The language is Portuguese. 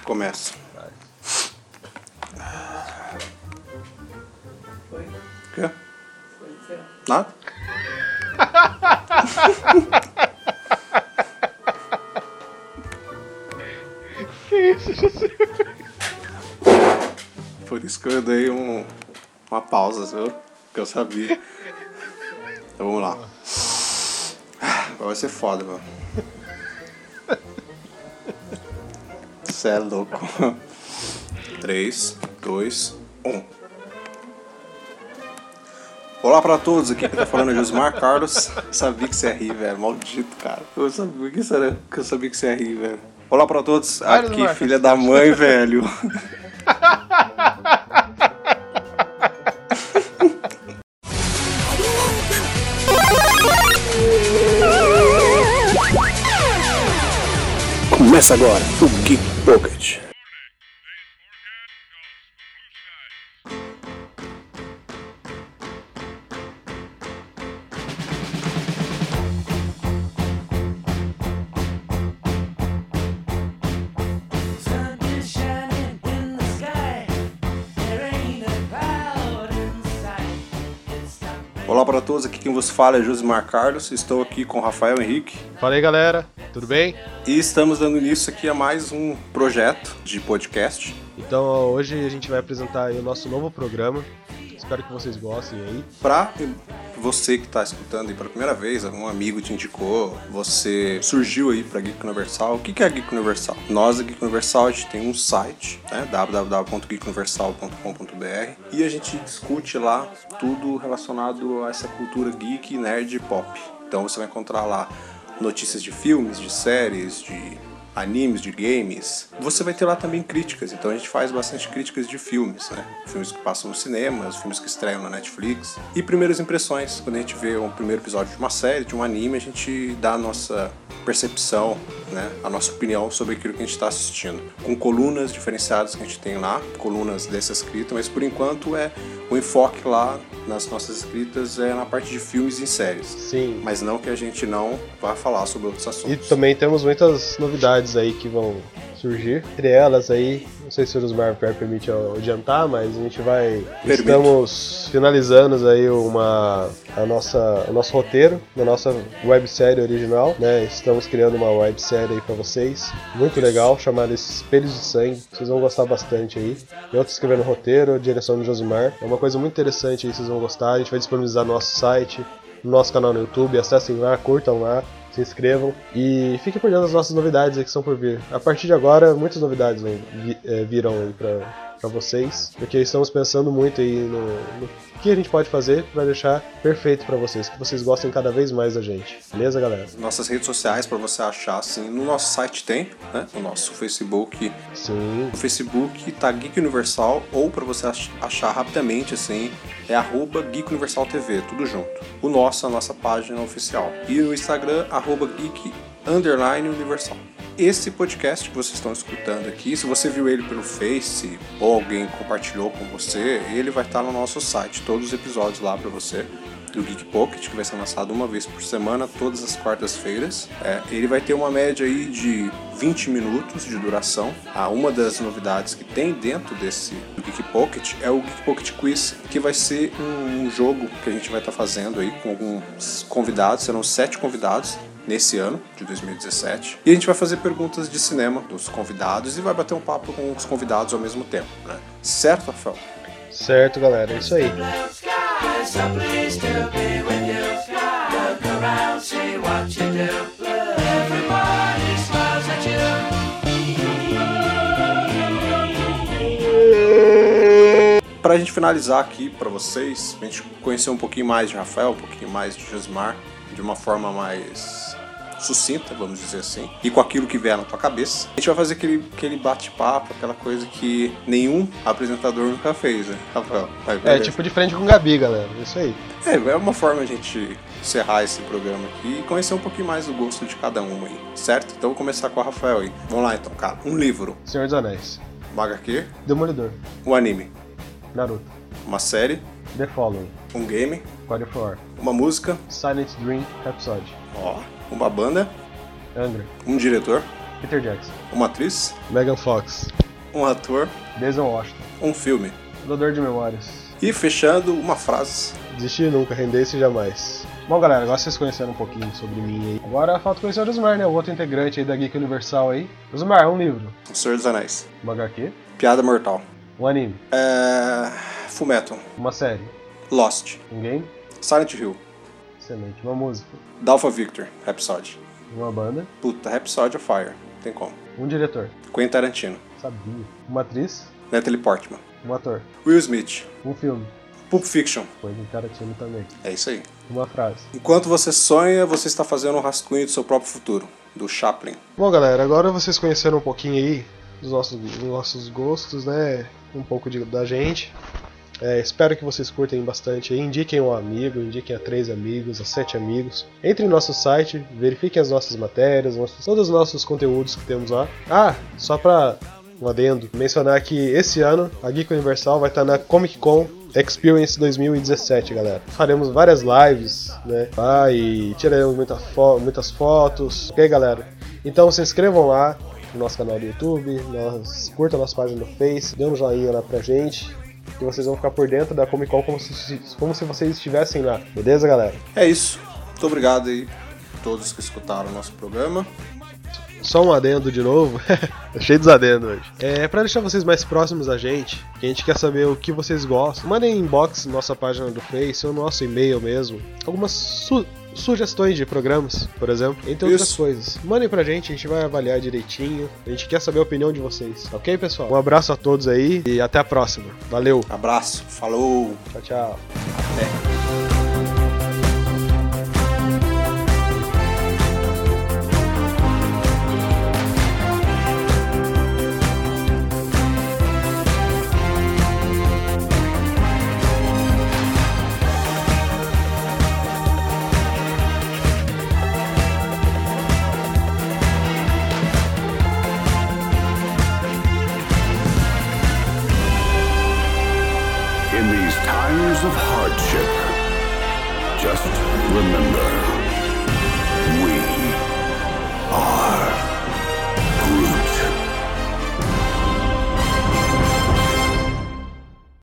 Começa. Foi? O quê? Foi. Nada? Que isso, José? Por isso que eu dei uma pausa, viu? Porque eu sabia. Então vamos lá. Agora vai ser foda, mano. Você é louco. 3, 2, 1. Olá pra todos, aqui que tá falando é Josmar Carlos. Sabia que você ia rir, velho. Maldito, cara. Eu sabia que você ia rir, velho. Olá pra todos, aqui filha da mãe, velho. Começa agora o Geek Pocket. Olá para todos, aqui quem vos fala é Josmar Carlos, estou aqui com Rafael Henrique. Fala aí, galera, tudo bem? E estamos dando início aqui a mais um projeto de podcast. Então hoje a gente vai apresentar aí o nosso novo programa, espero que vocês gostem aí. Para você que está escutando aí pela primeira vez, um amigo te indicou, você surgiu aí para Geek Universal. O que é Geek Universal? Nós, a Geek Universal, a gente tem um site, né, www.geekuniversal.com.br, e a gente discute lá tudo relacionado a essa cultura geek, nerd e pop. Então você vai encontrar lá notícias de filmes, de séries, de animes, de games. Você vai ter lá também críticas, então a gente faz bastante críticas de filmes, né? Filmes que passam no cinema, os filmes que estreiam na Netflix. E primeiras impressões, quando a gente vê um primeiro episódio de uma série, de um anime, a gente dá a nossa percepção, né? A nossa opinião sobre aquilo que a gente está assistindo. Com colunas diferenciadas que a gente tem lá, colunas dessa escrita, mas por enquanto o enfoque lá nas nossas escritas é na parte de filmes e séries. Sim. Mas não que a gente não vá falar sobre outros assuntos. E também temos muitas novidades aí que vão surgir. Entre elas aí, não sei se o Josmar permite eu adiantar, mas a gente vai... Estamos finalizando aí o nosso roteiro da nossa websérie original, né? Estamos criando uma websérie aí pra vocês, muito legal, chamada Espelhos de Sangue. Vocês vão gostar bastante aí. Eu tô escrevendo o roteiro, direção do Josmar. É uma coisa muito interessante aí, vocês vão gostar. A gente vai disponibilizar no nosso site, no nosso canal no YouTube. Acessem lá, curtam lá, se inscrevam e fiquem por dentro das nossas novidades aí que estão por vir. A partir de agora, muitas novidades virão aí pra vocês, porque estamos pensando muito aí no que a gente pode fazer para deixar perfeito para vocês, que vocês gostem cada vez mais da gente. Beleza, galera? Nossas redes sociais para você achar, assim, no nosso site tem, né? O nosso Facebook. Sim. O Facebook tá Geek Universal, ou para você achar rapidamente, assim, é @Geek Universal TV, tudo junto. A nossa página oficial. E no Instagram, @Geek_Universal. Esse podcast que vocês estão escutando aqui, se você viu ele pelo Face ou alguém compartilhou com você, ele vai estar no nosso site, todos os episódios lá para você, do Geek Pocket, que vai ser lançado uma vez por semana, todas as quartas-feiras. Ele vai ter uma média aí de 20 minutos de duração. Uma das novidades que tem dentro do Geek Pocket é o Geek Pocket Quiz, que vai ser um jogo que a gente vai estar fazendo aí com alguns convidados, serão 7 convidados, nesse ano, de 2017. E a gente vai fazer perguntas de cinema dos convidados e vai bater um papo com os convidados ao mesmo tempo, né? Certo, Rafael? Certo, galera, é isso aí. Pra gente finalizar aqui pra vocês, a gente conhecer um pouquinho mais de Rafael, um pouquinho mais de Josmar, de uma forma mais sucinta, vamos dizer assim, e com aquilo que vier na tua cabeça. A gente vai fazer aquele bate-papo, aquela coisa que nenhum apresentador nunca fez, né, Rafael? Tipo de frente com o Gabi, galera, isso aí. É uma forma a gente encerrar esse programa aqui e conhecer um pouquinho mais do gosto de cada um aí, certo? Então vou começar com o Rafael aí. Vamos lá então, cara. Um livro. Senhor dos Anéis. Uma HQ. Demolidor. Um anime. Naruto. Uma série. The Following. Um game. God of War. Uma música. Silent Dream Rhapsody. Uma banda. Angra. Um diretor. Peter Jackson. Uma atriz? Megan Fox. Um ator? Denzel Washington. Um filme? Doador de Memórias. E fechando, uma frase. Desistir nunca, render-se jamais. Bom, galera, agora vocês conheceram um pouquinho sobre mim aí. Agora falta conhecer o Osmar, né? O outro integrante aí da Geek Universal aí. Osmar, um livro. O Senhor dos Anéis. Uma HQ. Piada Mortal. Um anime. Fullmetal. Uma série. Lost. Um game. Silent Hill. Excelente. Uma música. Dalfa Victor. Rhapsody. Uma banda. Puta, Rhapsody of Fire. Tem como. Um diretor. Quentin Tarantino. Sabia. Uma atriz. Natalie Portman. Um ator. Will Smith. Um filme. Pulp Fiction. Quentin Tarantino também. É isso aí. Uma frase. Enquanto você sonha, você está fazendo um rascunho do seu próprio futuro. Do Chaplin. Bom, galera, agora vocês conheceram um pouquinho aí dos nossos gostos, né? Um pouco da gente. Espero que vocês curtem bastante aí. Indiquem um amigo, indiquem a 3 amigos, a 7 amigos. Entrem no nosso site, verifiquem as nossas matérias, todos os nossos conteúdos que temos lá. Só pra um adendo, mencionar que esse ano a Geek Universal vai estar na Comic Con Experience 2017, galera. Faremos várias lives, né? E tiraremos muitas fotos. Ok, galera? Então se inscrevam lá no nosso canal do YouTube, curtam a nossa página no Face, dê um joinha lá pra gente. E vocês vão ficar por dentro da Comic Con como se vocês estivessem lá. Beleza, galera? É isso. Muito obrigado aí a todos que escutaram o nosso programa. Só um adendo de novo. Cheio dos adendos hoje. Pra deixar vocês mais próximos da gente, que a gente quer saber o que vocês gostam, mandem inbox na nossa página do Face ou no nosso e-mail mesmo. Algumas sugestões de programas, por exemplo, entre outras coisas. Mandem pra gente, a gente vai avaliar direitinho. A gente quer saber a opinião de vocês. Ok, pessoal? Um abraço a todos aí e até a próxima. Valeu. Abraço. Falou. Tchau, tchau. Até. In these times of hardship, just remember,